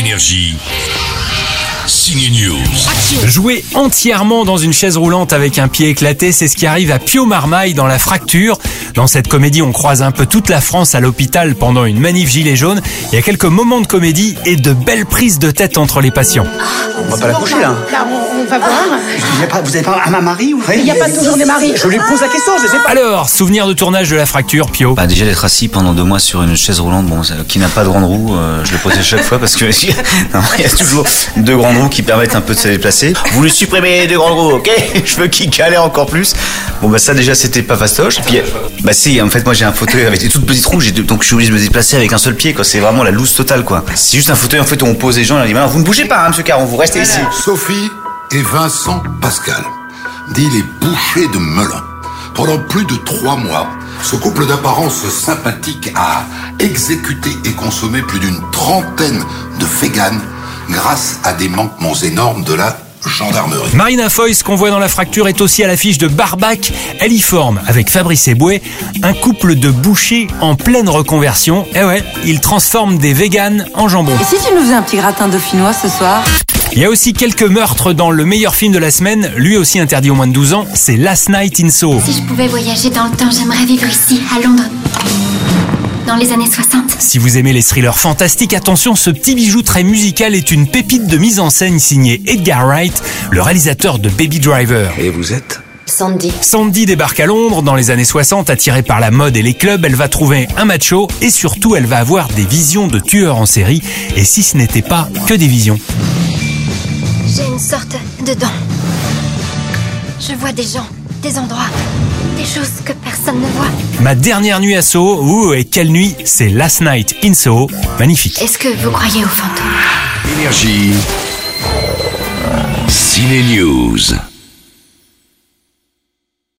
Énergie. Ciné News. Jouer entièrement dans une chaise roulante avec un pied éclaté, c'est ce qui arrive à Pio Marmaille dans La Fracture. Dans cette comédie, on croise un peu toute la France à l'hôpital pendant une manif gilet jaune. Il y a quelques moments de comédie et de belles prises de tête entre les patients. On va pas la coucher là. Là, on va voir. Vous avez pas un mari ou Il n'y a pas toujours des maris. Je lui pose la question, je sais pas. Alors, souvenir de tournage de La Fracture, Pio. Déjà d'être assis pendant 2 mois sur une chaise roulante, qui n'a pas de grande roue, je le protège chaque fois parce que non, il y a toujours 2 grandes roues qui permettent un peu de se déplacer. Vous lui supprimez les 2 grandes roues, ok? Je veux qu'il galère encore plus. Ça déjà c'était pas fastoche. Puis si, en fait moi j'ai un fauteuil avec des toutes petites roues, donc je suis obligé de me déplacer avec un seul pied, quoi. C'est vraiment la loose totale, quoi. C'est juste un fauteuil en fait où on pose les gens et on dit vous ne bougez pas, monsieur Caron, vous restez ici. Sophie et Vincent Pascal, dit les bouchers de Melun. Pendant plus de 3 mois, ce couple d'apparence sympathique a exécuté et consommé plus d'une trentaine de véganes grâce à des manquements énormes de la gendarmerie. Marina Foïs, qu'on voit dans La Fracture, est aussi à l'affiche de Barbac. Elle y forme, avec Fabrice Eboué, un couple de bouchers en pleine reconversion. Ils transforment des véganes en jambon. Et si tu nous faisais un petit gratin dauphinois ce soir ? Il y a aussi quelques meurtres dans le meilleur film de la semaine, lui aussi interdit aux moins de 12 ans, c'est Last Night in Soho. Si je pouvais voyager dans le temps, j'aimerais vivre ici, à Londres, dans les années 60. Si vous aimez les thrillers fantastiques, attention, ce petit bijou très musical est une pépite de mise en scène signée Edgar Wright, le réalisateur de Baby Driver. Et vous êtes ? Sandy. Sandy débarque à Londres dans les années 60, attirée par la mode et les clubs. Elle va trouver un macho et surtout elle va avoir des visions de tueurs en série. Et si ce n'était pas que des visions. J'ai une sorte de don. Je vois des gens, des endroits, des choses que personne ne voit. Ma dernière nuit à Soho, et quelle nuit, c'est Last Night in Soho, magnifique. Est-ce que vous croyez aux fantômes ? Énergie. Ciné News.